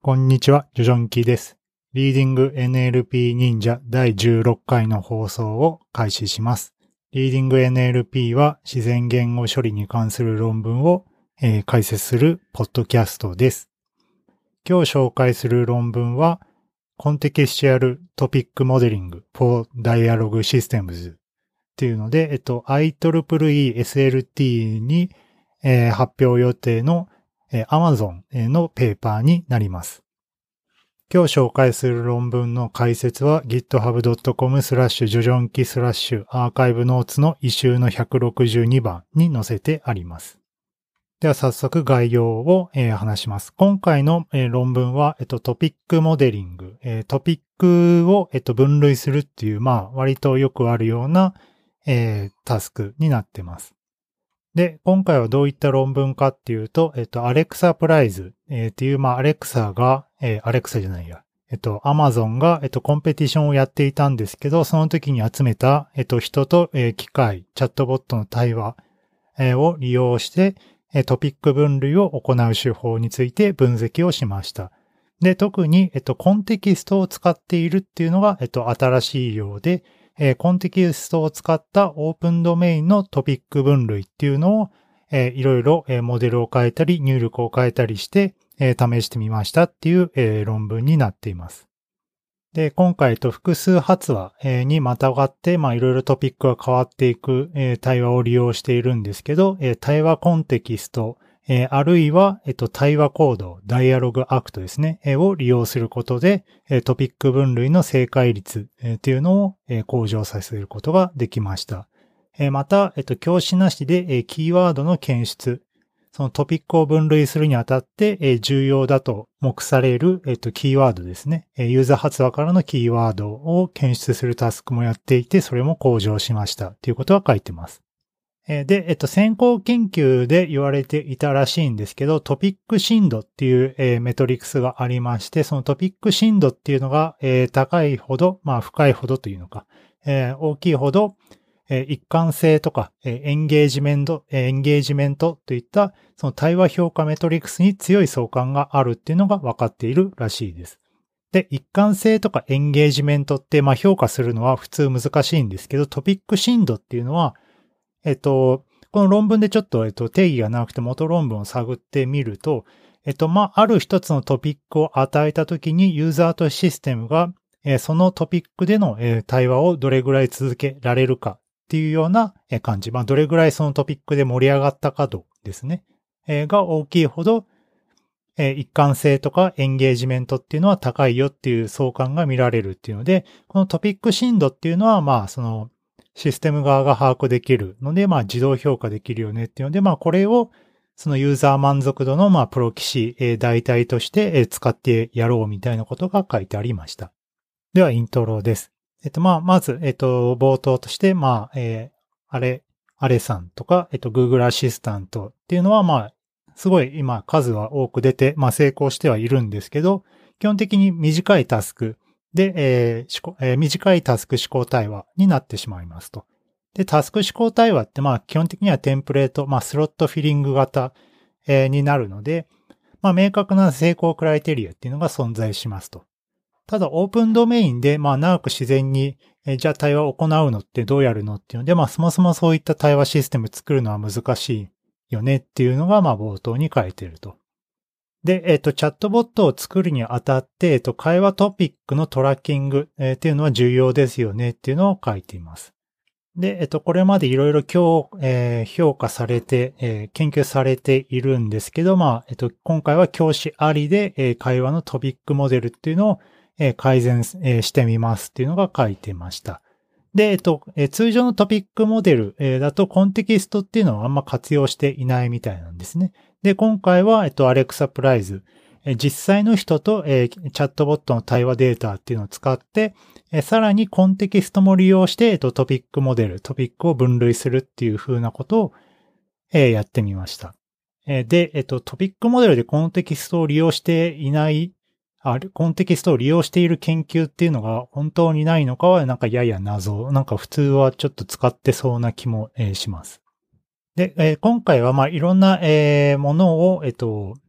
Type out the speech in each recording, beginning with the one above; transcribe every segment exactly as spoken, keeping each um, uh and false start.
こんにちは、ジョジョンキです。リーディング エヌエルピー 忍者だいじゅうろっかいの放送を開始します。リーディング エヌエルピー は自然言語処理に関する論文を、えー、解説するポッドキャストです。今日紹介する論文は Contextual Topic Modeling for Dialogue Systems っていうので、えっと、アイイーイーイーエスエルティー に、えー、発表予定のAmazon のペーパーになります。今日紹介する論文の解説は ギットハブドットコム スラッシュジョジョンキスラッシュアーカイブノーツのイシューのひゃくろくじゅうにばんに載せてあります。では早速概要を、えー、話します。今回の、えー、論文は、えっと、トピックモデリング、えー、トピックを、えっと、分類するっていう、まあ、割とよくあるような、えー、タスクになってます。で、今回はどういった論文かっていうと、えっと、Alexa Prize、えー、っていう、まあ、Alexa が、えー、Alexa じゃないや、えっと、Amazon が、えっと、コンペティションをやっていたんですけど、その時に集めた、えっと、人と、えー、機械、チャットボットの対話、えー、を利用して、えー、トピック分類を行う手法について分析をしました。で、特に、えっと、コンテキストを使っているっていうのが、えっと、新しいようで、えー、コンテキストを使ったオープンドメインのトピック分類っていうのを、えー、いろいろ、えー、モデルを変えたり入力を変えたりして、えー、試してみましたっていう、えー、論文になっています。で、今回と複数発話、えー、にまたがって、まあいろいろトピックが変わっていく、えー、対話を利用しているんですけど、えー、対話コンテキスト、えー、あるいは、えっと、対話コード、ダイアログアクトですね、えー、を利用することで、えー、トピック分類の正解率、えー、っていうのを、えー、向上させることができました。えー、また、えっと、教師なしで、えー、キーワードの検出、そのトピックを分類するにあたって、えー、重要だと目される、えっと、キーワードですね。えー、ユーザー発話からのキーワードを検出するタスクもやっていて、それも向上しましたということは書いてます。で、えっと、先行研究で言われていたらしいんですけど、トピック深度っていう、えー、メトリクスがありまして、そのトピック深度っていうのが、えー、高いほど、まあ深いほどというのか、えー、大きいほど、えー、一貫性とか、えー、エンゲージメント、えー、エンゲージメントといったその対話評価メトリクスに強い相関があるっていうのが分かっているらしいです。で、一貫性とかエンゲージメントって、まあ評価するのは普通難しいんですけど、トピック深度っていうのは、えっと、この論文でちょっと、えっと、定義がなくて元論文を探ってみると、えっと、まあ、ある一つのトピックを与えたときにユーザーとシステムが、えー、そのトピックでの、えー、対話をどれぐらい続けられるかっていうような感じ。まあ、どれぐらいそのトピックで盛り上がったか度ですね。えー、が大きいほど、えー、一貫性とかエンゲージメントっていうのは高いよっていう相関が見られるっていうので、このトピック深度っていうのは、まあ、その、システム側が把握できるので、まあ自動評価できるよねっていうので、まあこれをそのユーザー満足度のまあプロキシ、えー、代替として使ってやろうみたいなことが書いてありました。ではイントロです。えっとまあまず、えっと冒頭として、まあ、えー、あれ、あれさんとか、えっと Google アシスタントっていうのはまあすごい今数は多く出て、まあ成功してはいるんですけど、基本的に短いタスク、で、えー思考えー、短いタスク思考対話になってしまいますと。で、タスク思考対話ってまあ基本的にはテンプレート、まあスロットフィリング型、えー、になるので、まあ明確な成功クライテリアっていうのが存在しますと。ただオープンドメインでまあ長く自然に、えー、じゃあ対話を行うのってどうやるのっていうので、まあそもそもそういった対話システム作るのは難しいよねっていうのがまあ冒頭に書いていると。で、えっと、チャットボットを作るにあたって、えっと、会話トピックのトラッキング、えー、っていうのは重要ですよねっていうのを書いています。で、えっと、これまでいろいろ評、えー、評価されて、えー、研究されているんですけど、まあ、えっと、今回は教師ありで、えー、会話のトピックモデルっていうのを、えー、改善、えー、してみますっていうのが書いてました。で、えっと、えー、通常のトピックモデル、えー、だとコンテキストっていうのはあんま活用していないみたいなんですね。で、今回は、えっと、Alexa Prize、えー、実際の人と、えー、チャットボットの対話データっていうのを使って、えー、さらにコンテキストも利用して、えっと、トピックモデル、トピックを分類するっていう風なことを、えー、やってみました。えー、で、えっと、トピックモデルでコンテキストを利用していないあ、コンテキストを利用している研究っていうのが本当にないのかはなんかやや謎。なんか普通はちょっと使ってそうな気も、えー、します。で、えー、今回はまあいろんな、えー、ものを、えっと、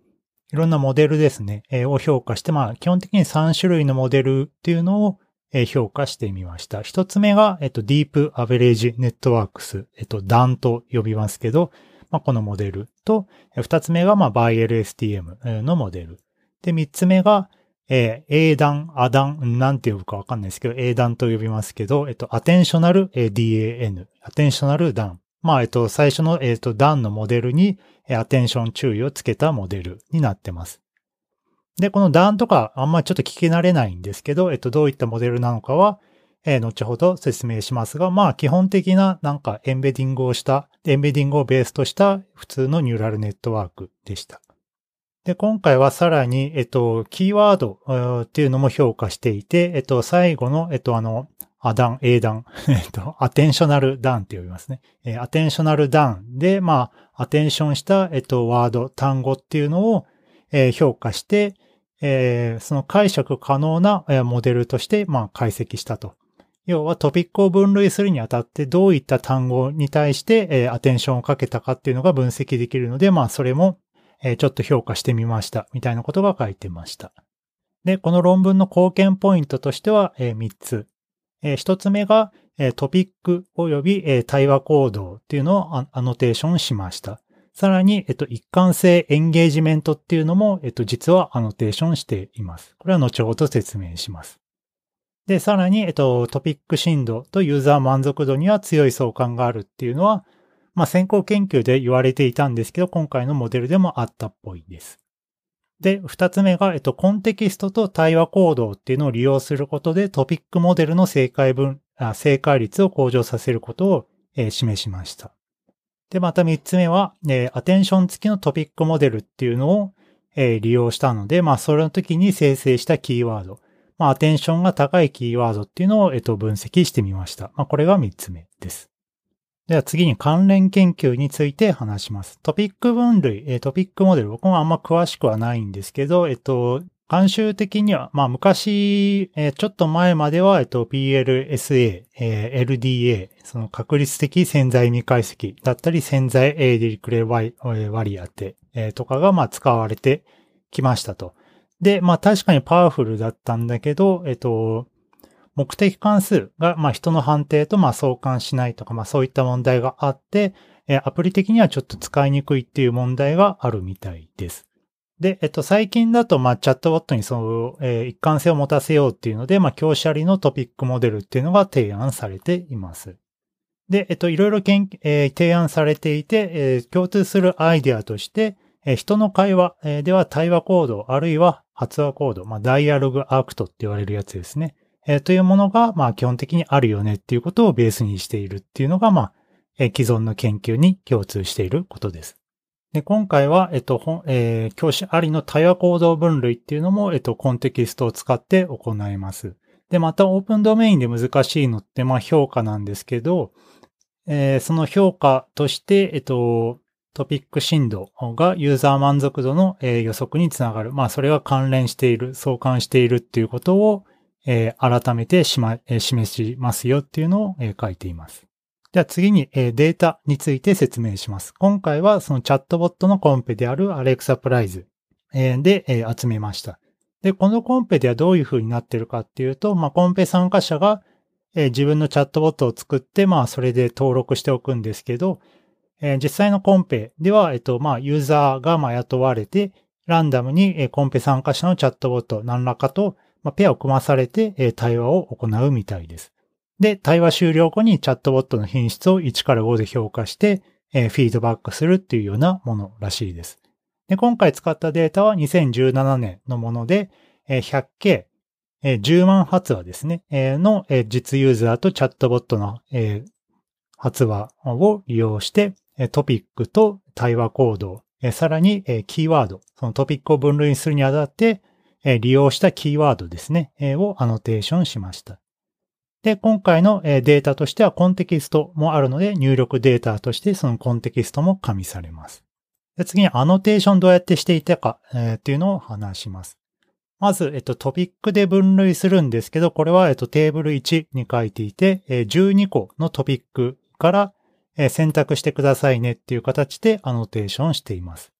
いろんなモデルですね、えー、を評価して、まあ、基本的にさん種類のモデルっていうのを、えー、評価してみました。一つ目が、えっと、Deep Average Networks、えっと、ダン と呼びますけど、まあ、このモデルと、二つ目が、まあ、バイエルエスティーエム のモデル。で、三つ目が、えー、英断、アダン、なんて呼ぶかわかんないですけど、英断と呼びますけど、えっと、アテンショナル ディーエーエヌ、アテンショナルダン。まあ、えっと、最初の、えっと、ダンのモデルに、アテンション注意をつけたモデルになってます。で、このダンとかあんまりちょっと聞き慣れないんですけど、えっと、どういったモデルなのかは、えー、後ほど説明しますが、まあ、基本的ななんかエンベディングをした、エンベディングをベースとした普通のニューラルネットワークでした。で、今回はさらに、えっと、キーワードっていうのも評価していて、えっと、最後の、えっと、あの、アダン、英断、えっと、アテンショナルダウンって呼びますね。えー、アテンショナルダウンで、まあ、アテンションした、えっと、ワード、単語っていうのを、えー、評価して、えー、その解釈可能な、えー、モデルとして、まあ、解析したと。要はトピックを分類するにあたってどういった単語に対して、えー、アテンションをかけたかっていうのが分析できるので、まあ、それも、えー、ちょっと評価してみました、みたいなことが書いてました。で、この論文の貢献ポイントとしては、えー、みっつ。えー、ひとつめが、えー、トピック及び、えー、対話行動っていうのをアノテーションしました。さらに、えっと、一貫性エンゲージメントっていうのも、えっと、実はアノテーションしています。これは後ほど説明します。で、さらに、えっと、トピック深度とユーザー満足度には強い相関があるっていうのは、まあ、先行研究で言われていたんですけど、今回のモデルでもあったっぽいです。で、二つ目が、えっと、コンテキストと対話行動っていうのを利用することで、トピックモデルの正解分、あ正解率を向上させることを、えー、示しました。で、また三つ目は、えー、アテンション付きのトピックモデルっていうのを、えー、利用したので、まあ、それの時に生成したキーワード、まあ、アテンションが高いキーワードっていうのを、えっと、分析してみました。まあ、これが三つ目です。では次に関連研究について話します。トピック分類、えー、トピックモデル、僕もあんま詳しくはないんですけど、えっと、慣習的には、まあ昔、えー、ちょっと前までは、えっと、ピーエルエスエー、えー、エルディーエー、その確率的潜在未解析だったり、潜在エーディクレワリアテ、えー、とかが、まあ使われてきましたと。で、まあ確かにパワフルだったんだけど、えっと、目的関数が、まあ、人の判定と、まあ、相関しないとか、まあ、そういった問題があって、えー、アプリ的にはちょっと使いにくいっていう問題があるみたいです。で、えっと、最近だと、まあ、チャットボットにその、えー、一貫性を持たせようっていうので、まあ、教師ありのトピックモデルっていうのが提案されています。で、えっと、いろいろ研、えー、提案されていて、えー、共通するアイデアとして、えー、人の会話、えー、では対話行動、あるいは発話行動、まあ、ダイアログアクトって言われるやつですね。えー、というものが、まあ、基本的にあるよねっていうことをベースにしているっていうのが、まあ、えー、既存の研究に共通していることです。で、今回は、えっと、えー、教師ありの対話行動分類っていうのも、えっと、コンテキストを使って行います。で、またオープンドメインで難しいのって、まあ、評価なんですけど、えー、その評価として、えっと、トピック深度がユーザー満足度の、えー、予測につながる。まあ、それが関連している、相関しているっていうことを、えー、改めてしま、えー、示しますよっていうのを、えー、書いています。では次に、えー、データについて説明します。今回はそのチャットボットのコンペである Alexa Prize、えー、で、えー、集めました。で、このコンペではどういう風になっているかっていうと、まあ、コンペ参加者が、えー、自分のチャットボットを作って、まあ、それで登録しておくんですけど、えー、実際のコンペでは、えっと、まあ、ユーザーが、まあ、雇われて、ランダムに、えー、コンペ参加者のチャットボット何らかと、まあ、ペアを組まされて、えー、対話を行うみたいです。で、対話終了後にチャットボットの品質をいちからごで評価して、えー、フィードバックするっていうようなものらしいです。で、今回使ったデータはにせんじゅうななねんのもので、えー、ひゃくケー、えー、じゅうまん発話ですね、えー、の、えー、実ユーザーとチャットボットの、えー、発話を利用して、トピックと対話行動、さらにキーワード、そのトピックを分類するにあたって利用したキーワードですね、をアノテーションしました。で、今回のデータとしてはコンテキストもあるので入力データとしてそのコンテキストも加味されます。で、次にアノテーションどうやってしていたかっていうのを話します。まず、えっと、トピックで分類するんですけど、これは、えっと、テーブルいちに書いていて、じゅうにこのトピックから選択してくださいねっていう形でアノテーションしています。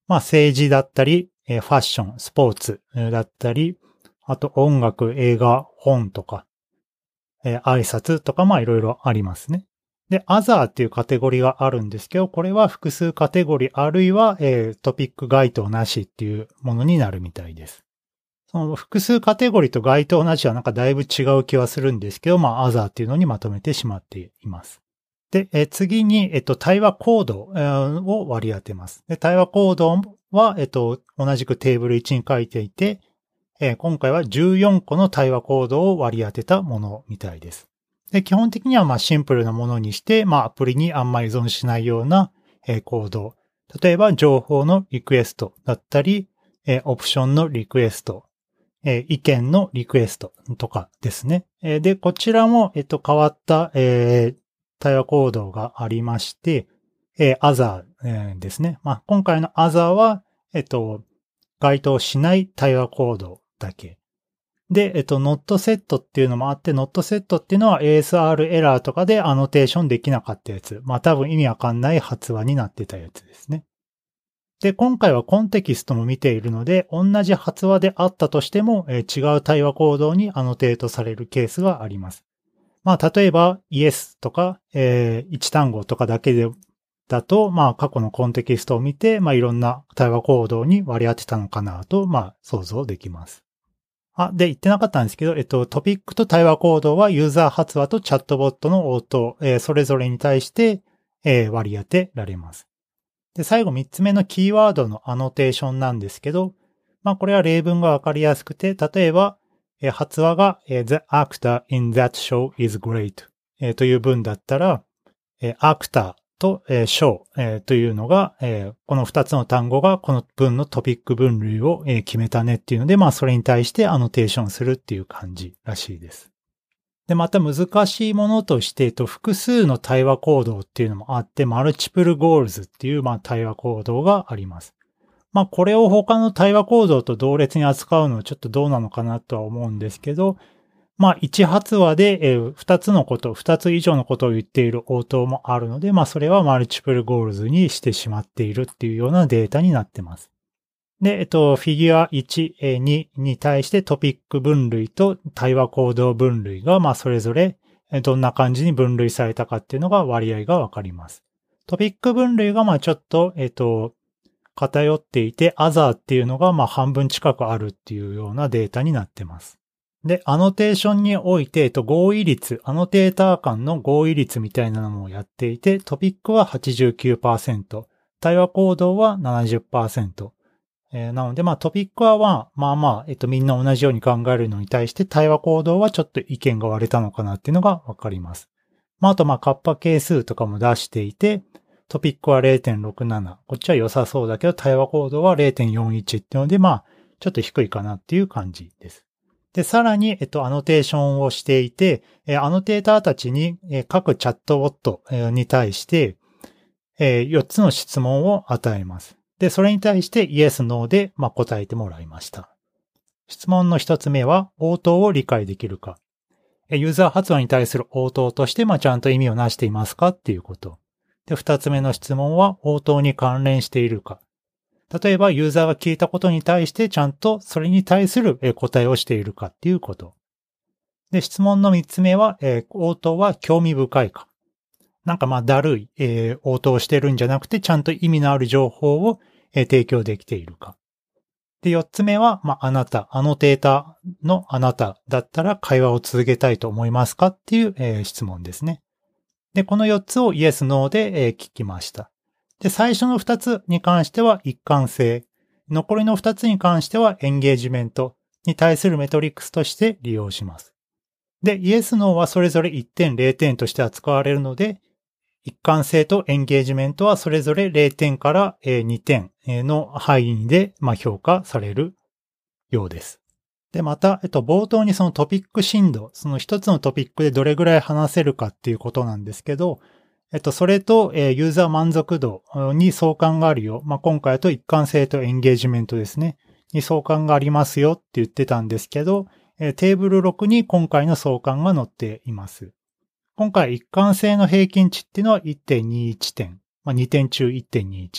まあ政治だったり、ファッション、スポーツだったり、あと音楽、映画、本とか、挨拶とかまあいろいろありますね。で、other っていうカテゴリーがあるんですけど、これは複数カテゴリーあるいは、えー、トピック該当なしっていうものになるみたいです。その複数カテゴリーと該当なしはなんかだいぶ違う気はするんですけど、まあ other っていうのにまとめてしまっています。で、えー、次に、えっと、対話コード、えー、を割り当てます。で、対話コードは、えっと、同じくテーブルいちに書いていて、えー、今回はじゅうよんこの対話コードを割り当てたものみたいです。で、基本的にはまあシンプルなものにして、まあアプリにあんまり依存しないような、えー、コード。例えば情報のリクエストだったり、えー、オプションのリクエスト、えー、意見のリクエストとかですね。えー、で、こちらも、えっと、変わった、えー、対話コードがありまして、えー、other、えー、ですね。まあ、今回の other は、えっと、該当しない対話コードだけ。で、えっと、not set っていうのもあって、not set っていうのは エーエスアール エラーとかでアノテーションできなかったやつ。まあ多分意味わかんない発話になってたやつですね。で、今回はコンテキストも見ているので、同じ発話であったとしても、えー、違う対話行動にアノテートされるケースがあります。まあ例えば Yes とか、えー、一単語とかだけでだと、まあ過去のコンテキストを見て、まあいろんな対話行動に割り当てたのかなと、まあ想像できます。あ、で、言ってなかったんですけど、えっと、トピックと対話行動はユーザー発話とチャットボットの応答、えー、それぞれに対して、えー、割り当てられます。で、最後みっつめのキーワードのアノテーションなんですけど、まあこれは例文がわかりやすくて、例えば、えー、発話が、えー、The actor in that show is great、えー、という文だったら、えー、actorと、えー、show、えー、というのが、えー、このふたつの単語がこの文のトピック分類を、えー、決めたねっていうので、まあそれに対してアノテーションするっていう感じらしいです。で、また難しいものとして、と複数の対話行動っていうのもあって、マルチプルゴールズっていう、まあ対話行動があります。まあこれを他の対話行動と同列に扱うのはちょっとどうなのかなとは思うんですけど、まあ、一発話で、えー、二つのこと、二つ以上のことを言っている応答もあるので、まあ、それはマルチプルゴールズにしてしまっているっていうようなデータになってます。で、えっと、フィギュアいち、にに対してトピック分類と対話行動分類が、まあ、それぞれどんな感じに分類されたかっていうのが割合がわかります。トピック分類が、まあ、ちょっと、えっと、偏っていて、アザーっていうのが、まあ、半分近くあるっていうようなデータになってます。で、アノテーションにおいて、えっと、合意率、アノテーター間の合意率みたいなのもやっていて、トピックは はちじゅうきゅうパーセント、対話行動は ななじゅっパーセント。えー、なので、まあトピックは、まあ、まあまあ、えっと、みんな同じように考えるのに対して、対話行動はちょっと意見が割れたのかなっていうのがわかります。まあ、あと、まあ、カッパ係数とかも出していて、トピックは れいてんろくなな。こっちは良さそうだけど、対話行動は れいてんよんいち っていうので、まあ、ちょっと低いかなっていう感じです。で、さらに、えっと、アノテーションをしていて、えアノテーターたちに、え各チャットボットに対して、えよっつの質問を与えます。で、それに対して Yes, No で、まあ、答えてもらいました。質問の一つ目は、応答を理解できるか。ユーザー発話に対する応答として、まあ、ちゃんと意味をなしていますかっていうこと。で、二つ目の質問は、応答に関連しているか。例えば、ユーザーが聞いたことに対して、ちゃんとそれに対する答えをしているかっていうこと。で、質問の三つ目は、えー、応答は興味深いか。なんかまあ、だるい、えー、応答をしてるんじゃなくて、ちゃんと意味のある情報を、えー、提供できているか。で、四つ目は、まあ、あなた、アノテーターのあなただったら会話を続けたいと思いますかっていう、えー、質問ですね。で、この四つを Yes, No で、えー、聞きました。で、最初の二つに関しては一貫性。残りの二つに関してはエンゲージメントに対するメトリックスとして利用します。で、Yes, No はそれぞれいってん、れいてんとして扱われるので、一貫性とエンゲージメントはそれぞれれいてんからにてんの範囲で評価されるようです。で、また、えっと、冒頭にそのトピック深度、その一つのトピックでどれぐらい話せるかっていうことなんですけど、えっと、それと、えー、ユーザー満足度に相関があるよ。まあ、今回だと一貫性とエンゲージメントですね。に相関がありますよって言ってたんですけど、えー、テーブルろくに今回の相関が載っています。今回一貫性の平均値っていうのは いってんにいち 点。まあ、にてん中 いってんにいち。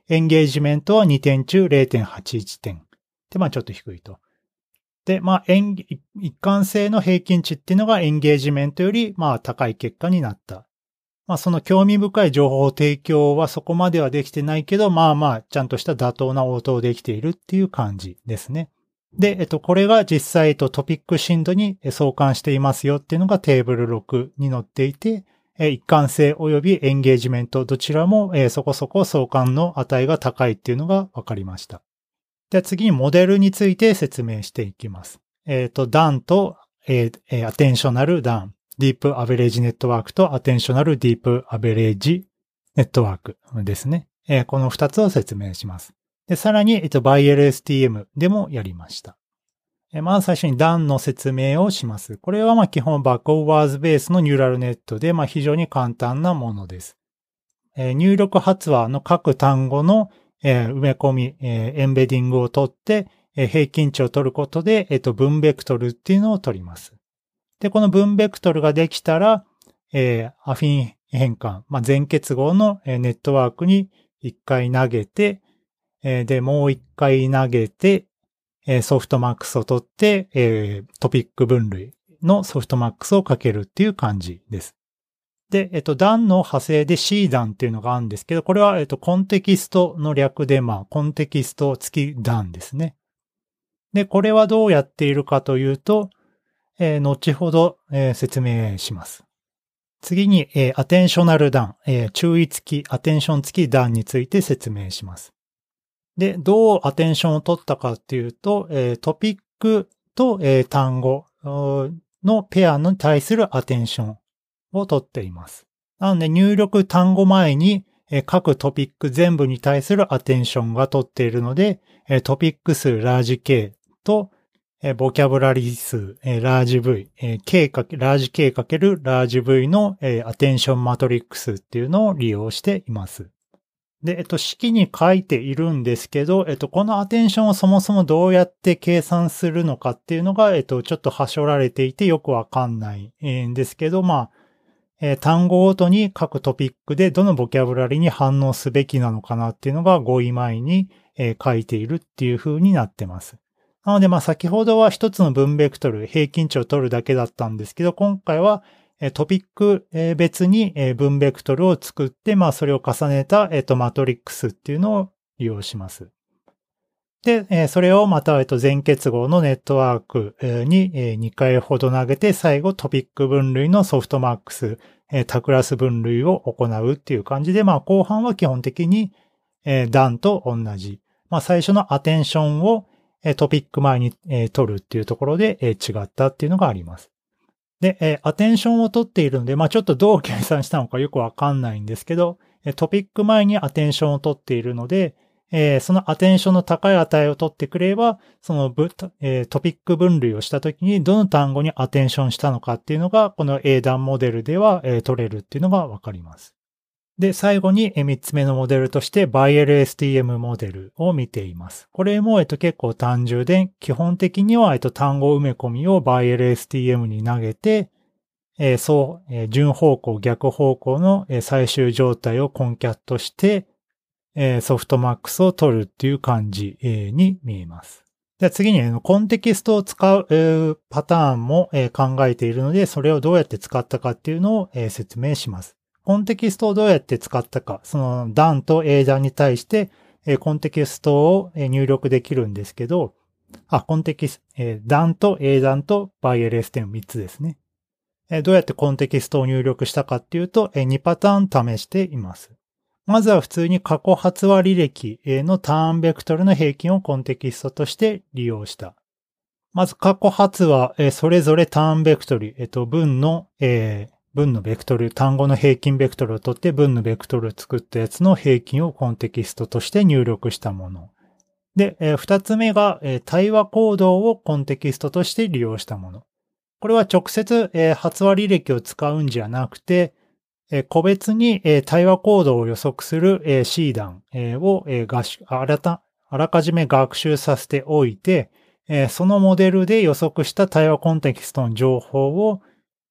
エンゲージメントはにてん中 れいてんはちいち 点。で、まあちょっと低いと。で、まあ、一貫性の平均値っていうのがエンゲージメントより、まあ高い結果になった。まあその興味深い情報提供はそこまではできてないけど、まあまあちゃんとした妥当な応答できているっていう感じですね。で、えっと、これが実際とトピック深度に相関していますよっていうのがテーブルろくに載っていて、一貫性及びエンゲージメントどちらもそこそこ相関の値が高いっていうのが分かりました。では次にモデルについて説明していきます。えっと、ダン と、えー、アテンショナルダン、ディープアベレージネットワークとアテンショナルディープアベレージネットワークですね。えー、この二つを説明します。で、さらに、えっと、バイエル エスティーエム でもやりました。えー、まず最初にダンの説明をします。これはまあ基本バックオーバーズベースのニューラルネットで、まあ非常に簡単なものです。えー、入力発話の各単語のえー、埋め込み、えー、エンベディングを取って、えー、平均値を取ることで、えっと、分ベクトルっていうのを取ります。で、この分ベクトルができたら、えー、アフィン変換、まあ、全結合のネットワークに一回投げて、えー、で、もう一回投げて、えー、ソフトマックスを取って、えー、トピック分類のソフトマックスをかけるっていう感じです。で、えっと、ダンの派生で シー ダンっていうのがあるんですけど、これは、えっと、コンテキストの略で、まあ、コンテキスト付きダンですね。で、これはどうやっているかというと、えー、後ほど、えー、説明します。次に、えー、アテンショナルダン、えー、注意付き、アテンション付きダンについて説明します。で、どうアテンションを取ったかっていうと、えー、トピックと、えー、単語のペアに対するアテンションを取っています。なので入力単語前に各トピック全部に対するアテンションが取っているので、トピック数ラージ K とボキャブラリー数ラージ V、K かけラージ K かけるラージ V のアテンションマトリックスっていうのを利用しています。で、えっと、式に書いているんですけど、えっと、このアテンションをそもそもどうやって計算するのかっていうのが、えっと、ちょっとはしょられていてよくわかんないんですけど、まあ、えー、単語ごとに各トピックでどのボキャブラリに反応すべきなのかなっていうのが語彙前に、えー、書いているっていう風になってます。なのでまあ先ほどは一つの分ベクトル、平均値を取るだけだったんですけど、今回はトピック別に分ベクトルを作って、まあそれを重ねたマトリックスっていうのを利用します。で、それをまた全結合のネットワークににかいほど投げて、最後トピック分類のソフトマックス、他クラス分類を行うっていう感じで、まあ後半は基本的にダンと同じ。まあ最初のアテンションをトピック前に取るっていうところで違ったっていうのがあります。で、アテンションを取っているので、まあちょっとどう計算したのかよくわかんないんですけど、トピック前にアテンションを取っているので、えー、そのアテンションの高い値を取ってくれば、その、えー、トピック分類をしたときにどの単語にアテンションしたのかっていうのが、この エー ダンモデルでは、えー、取れるっていうのがわかります。で、最後にみっつめのモデルとして バイエルエスティーエム モデルを見ています。これも、えっと、結構単純で、基本的には、えっと、単語埋め込みを バイエルエスティーエム に投げて、えー、そう、えー、順方向、逆方向の最終状態をコンキャットして、ソフトマックスを取るっていう感じに見えます。では次にコンテキストを使うパターンも考えているので、それをどうやって使ったかっていうのを説明します。コンテキストをどうやって使ったか、そのダンと エー ダンに対してコンテキストを入力できるんですけど、あ、コンテキスト、ダンと エー ダンと バイエルエスティーエムみっつですね。どうやってコンテキストを入力したかっていうと、にパターン試しています。まずは普通に過去発話履歴のターンベクトルの平均をコンテキストとして利用した。まず過去発話、それぞれターンベクトル、えっと、文の、えー、文のベクトル、単語の平均ベクトルを取って文のベクトルを作ったやつの平均をコンテキストとして入力したもの。で、えー、二つ目が、えー、対話行動をコンテキストとして利用したもの。これは直接、えー、発話履歴を使うんじゃなくて、個別に対話行動を予測する シー ダンをあらかじめ学習させておいて、そのモデルで予測した対話コンテキストの情報を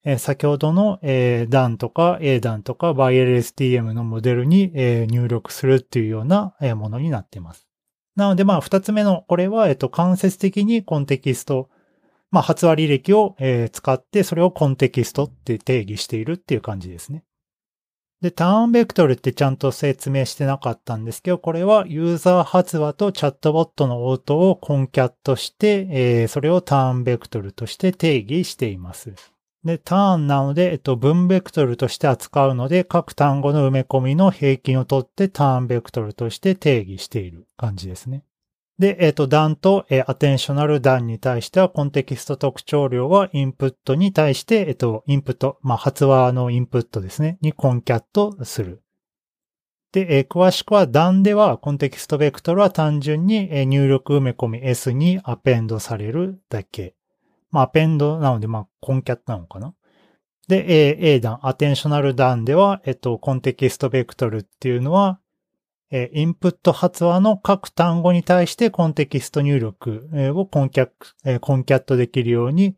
えー、先ほどの、えー、ダン とか エーダン とか バイエルエスティーエム のモデルに、えー、入力するっていうような、えー、ものになっています。なので、まあ、二つ目の、これは、えっと、間接的にコンテキスト、まあ、発話履歴を、えー、使って、それをコンテキストって定義しているっていう感じですね。で、ターンベクトルってちゃんと説明してなかったんですけど、これはユーザー発話とチャットボットの応答をコンキャットして、えー、それをターンベクトルとして定義しています。で、ターンなので、えっと、文ベクトルとして扱うので、各単語の埋め込みの平均を取ってターンベクトルとして定義している感じですね。で、えっと、ダン と、えー、アテンショナルダンに対しては、コンテキスト特徴量はインプットに対して、えっと、インプット、まあ、発話のインプットですね、にコンキャットする。で、えー、詳しくはダンでは、コンテキストベクトルは単純に、えー、入力埋め込み S にアペンドされるだけ。まあ、アペンドなので、まあ、コンキャットなのかな。で、えー、エーダン、アテンショナルダンでは、えっと、コンテキストベクトルっていうのは、インプット発話の各単語に対してコンテキスト入力をコンキャット、コンキャットできるように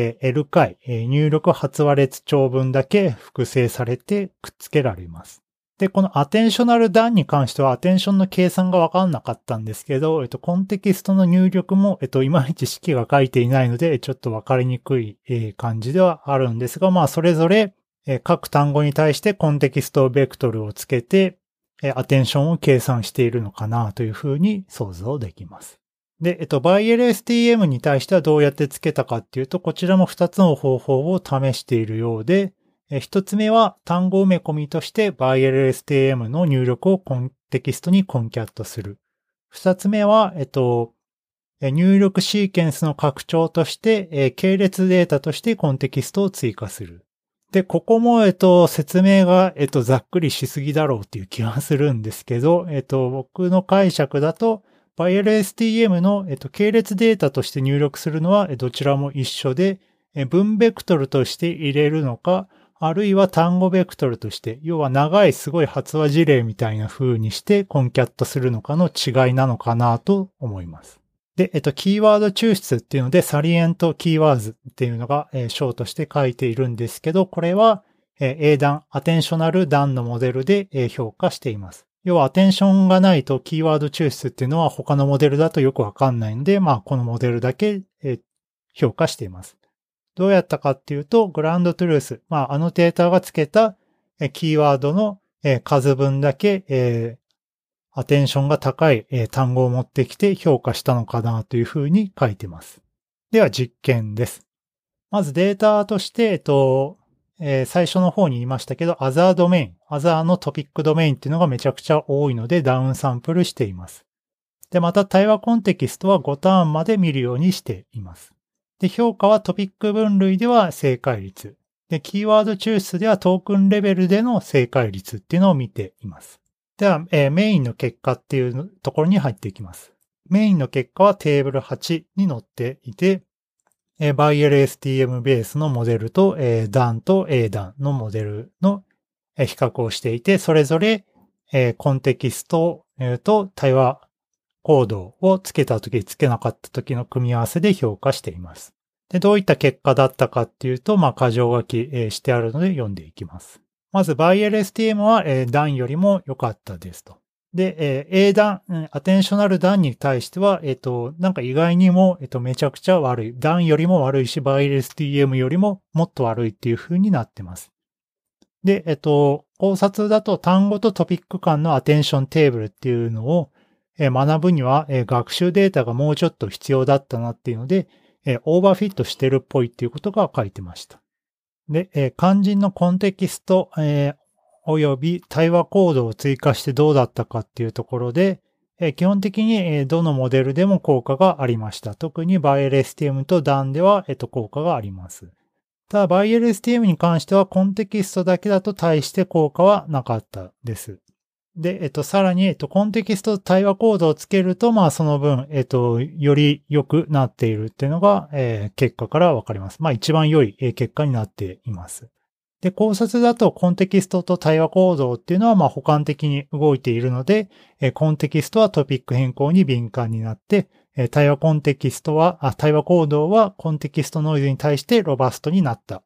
L 回入力発話列長文だけ複製されてくっつけられます。で、このアテンショナルダンに関してはアテンションの計算がわかんなかったんですけど、えっと、コンテキストの入力も、えっと、いまいち式が書いていないので、ちょっとわかりにくい感じではあるんですが、まあ、それぞれ各単語に対してコンテキストベクトルをつけて、アテンションを計算しているのかなというふうに想像できます。で、えっと、バイエルエスティーエム に対してはどうやってつけたかっていうと、こちらもふたつの方法を試しているようで、ひとつめは単語埋め込みとして バイエルエスティーエム の入力をコンテキストにコンキャットする。ふたつめは、えっと、入力シーケンスの拡張として、系列データとしてコンテキストを追加する。で、ここも、えっと、説明が、えっと、ざっくりしすぎだろうっていう気はするんですけど、えっと、僕の解釈だと、バイエルエスティーエム の、えっと、系列データとして入力するのは、どちらも一緒で、文ベクトルとして入れるのか、あるいは単語ベクトルとして、要は長いすごい発話事例みたいな風にしてコンキャットするのかの違いなのかなと思います。で、えっと、キーワード抽出っていうので、サリエントキーワーズっていうのが、えー、章として書いているんですけど、これは、えー、英断、アテンショナルダンのモデルで、えー、評価しています。要は、アテンションがないとキーワード抽出っていうのは他のモデルだとよくわかんないので、まあ、このモデルだけ、えー、評価しています。どうやったかっていうと、グランドトゥルース、まあ、アノテーターがつけた、えー、キーワードの、えー、数分だけ、えーアテンションが高い単語を持ってきて評価したのかなというふうに書いてます。では実験です。まずデータとして、えっと、えー、最初の方に言いましたけど、other ドメイン、other のトピックドメインっていうのがめちゃくちゃ多いのでダウンサンプルしています。で、また対話コンテキストはごターンまで見るようにしています。で、評価はトピック分類では正解率。で、キーワード抽出ではトークンレベルでの正解率っていうのを見ています。では、えー、メインの結果っていうところに入っていきます。メインの結果はテーブルはちに載っていて、えー、バイエルエスティーエム ベースのモデルと、えー、ダン と エーダン のモデルの、えー、比較をしていて、それぞれ、えー、コンテキスト、えー、と対話コードをつけたとき、つけなかったときの組み合わせで評価しています。で、どういった結果だったかっていうと、まあ、箇条書き、えー、してあるので読んでいきます。まず、バイエルエスティーエム は、えー、ダンよりも良かったですと。で、えー、A ダン、アテンショナルダンに対しては、えっと、なんか意外にも、えっと、めちゃくちゃ悪い。ダンよりも悪いし、バイエルエスティーエム よりももっと悪いっていう風になってます。で、えっと、考察だと単語とトピック間のアテンションテーブルっていうのを、えー、学ぶには、えー、学習データがもうちょっと必要だったなっていうので、えー、オーバーフィットしてるっぽいっていうことが書いてました。で、えー、肝心のコンテキスト、えー、および対話コードを追加してどうだったかっていうところで、えー、基本的に、えー、どのモデルでも効果がありました。特にバイエルエスティーエム とダンでは、えっと、効果があります。ただ、バイエルエスティーエム に関してはコンテキストだけだと大して効果はなかったです。で、えっと、さらに、えっと、コンテキスト対話コードをつけると、まあ、その分、えっと、より良くなっているっていうのが、えー、結果からわかります。まあ、一番良い結果になっています。で、考察だとコンテキストと対話コードっていうのは、まあ、補完的に動いているので、えー、コンテキストはトピック変更に敏感になって、えー、対話コンテキストは、あ、対話コードはコンテキストノイズに対してロバストになった。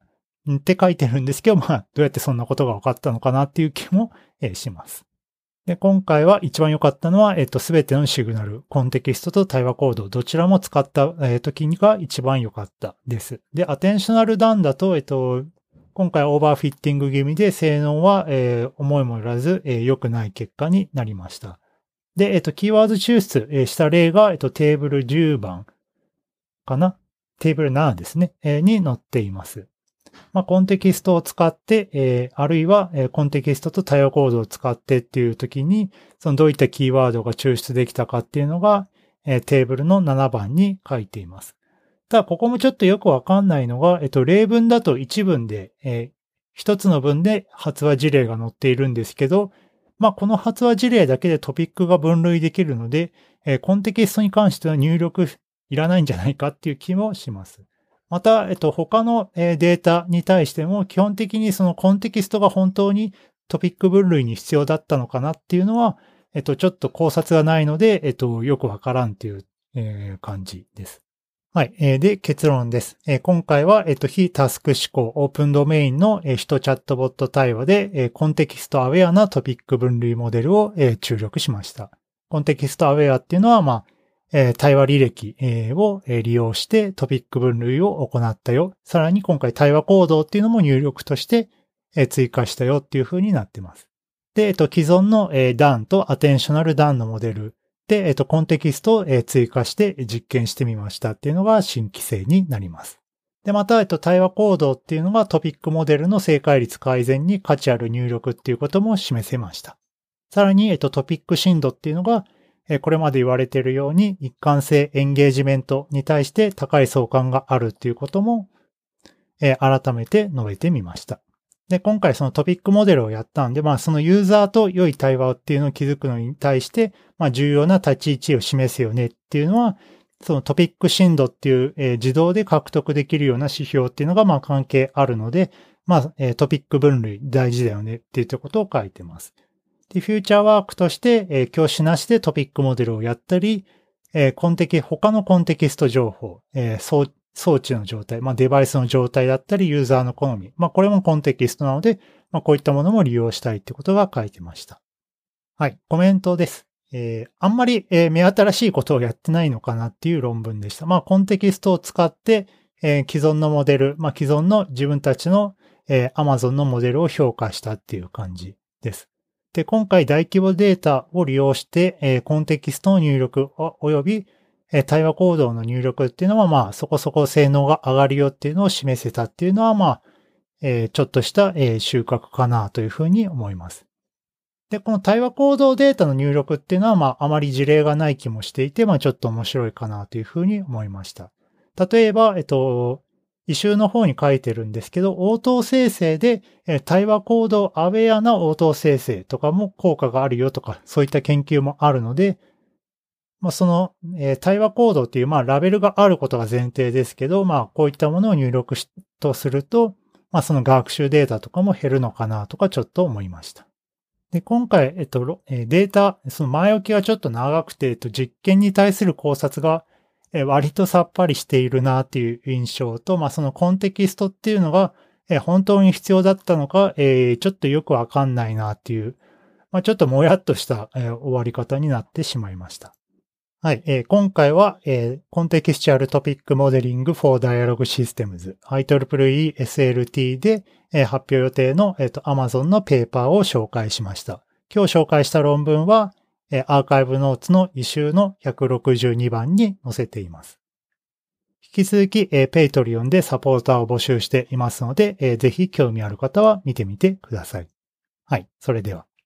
って書いてるんですけど、まあ、どうやってそんなことが分かったのかなっていう気も、えー、します。で、今回は一番良かったのは、えっと、すべてのシグナル、コンテキストと対話コード、どちらも使った、えー、時が一番良かったです。で、アテンショナルダウンだと、えっと、今回オーバーフィッティング気味で性能は、えー、思いもよらず、えー、良くない結果になりました。で、えっと、キーワード抽出、えー、した例が、えっと、テーブルじゅうばんかな。テーブルななですね、えー、に載っています。まあ、コンテキストを使って、えー、あるいは、えー、コンテキストと対話コードを使ってっていう時に、そのどういったキーワードが抽出できたかっていうのが、えー、テーブルのななばんに書いています。ただ、ここもちょっとよくわかんないのが、えっと、例文だといち文で、えー、一つの文で発話事例が載っているんですけど、まあ、この発話事例だけでトピックが分類できるので、えー、コンテキストに関しては入力いらないんじゃないかっていう気もします。また、えっと、他のデータに対しても基本的にそのコンテキストが本当にトピック分類に必要だったのかなっていうのは、えっと、ちょっと考察がないので、えっと、よくわからんっていう、えー、感じです。はい。で、結論です。今回は、えっと、非タスク思考、オープンドメインの人チャットボット対話で、コンテキストアウェアなトピック分類モデルを注力しました。コンテキストアウェアっていうのは、まあ、対話履歴を利用してトピック分類を行ったよ。さらに今回対話行動っていうのも入力として追加したよっていう風になってます。で、えっと、既存の ダウン とアテンショナルダウンのモデルで、えっと、コンテキストを追加して実験してみましたっていうのが新規性になります。で、また、えっと、対話行動っていうのがトピックモデルの正解率改善に価値ある入力っていうことも示せました。さらに、えっと、トピック深度っていうのがこれまで言われているように一貫性エンゲージメントに対して高い相関があるっていうことも改めて述べてみました。で、今回そのトピックモデルをやったんで、まあそのユーザーと良い対話っていうのを築くのに対して、まあ重要な立ち位置を示すよねっていうのは、そのトピック深度っていう自動で獲得できるような指標っていうのがまあ関係あるので、まあトピック分類大事だよねっていうことを書いてます。で、フューチャーワークとして、えー、教師なしでトピックモデルをやったり、えー、コンテキ、他のコンテキスト情報、えー、装、装置の状態、まあ、デバイスの状態だったり、ユーザーの好み。まあ、これもコンテキストなので、まあ、こういったものも利用したいってことが書いてました。はい、コメントです。えー、あんまり、えー、目新しいことをやってないのかなっていう論文でした。まあ、コンテキストを使って、えー、既存のモデル、まあ、既存の自分たちの、えー、Amazon のモデルを評価したっていう感じです。で、今回大規模データを利用して、えー、コンテキストの入力および、えー、対話行動の入力っていうのは、まあ、そこそこ性能が上がるよっていうのを示せたっていうのは、まあ、えー、ちょっとした、えー、収穫かなというふうに思います。で、この対話行動データの入力っていうのは、まあ、あまり事例がない気もしていて、まあ、ちょっと面白いかなというふうに思いました。例えば、えっと、イシューの方に書いてるんですけど、応答生成で対話行動アウェアな応答生成とかも効果があるよとか、そういった研究もあるので、まあ、その、えー、対話行動っていう、まあ、ラベルがあることが前提ですけど、まあ、こういったものを入力しとすると、まあ、その学習データとかも減るのかなとかちょっと思いました。で、今回、えっと、データ、その前置きがちょっと長くて、えっと、実験に対する考察が割とさっぱりしているなっていう印象と、まあ、そのコンテキストっていうのが本当に必要だったのか、えー、ちょっとよくわかんないなっていう、まあ、ちょっともやっとした終わり方になってしまいました。はい、えー、今回は、えー、Contextual Topic Modeling for Dialog Systems アイトリプルイーエスエルティー で、えー、発表予定の、えーと、Amazon のペーパーを紹介しました。今日紹介した論文は、アーカイブノーツのイシューのひゃくろくじゅうにばんに載せています。引き続き、Patreon でサポーターを募集していますので、ぜひ興味ある方は見てみてください。はい、それでは。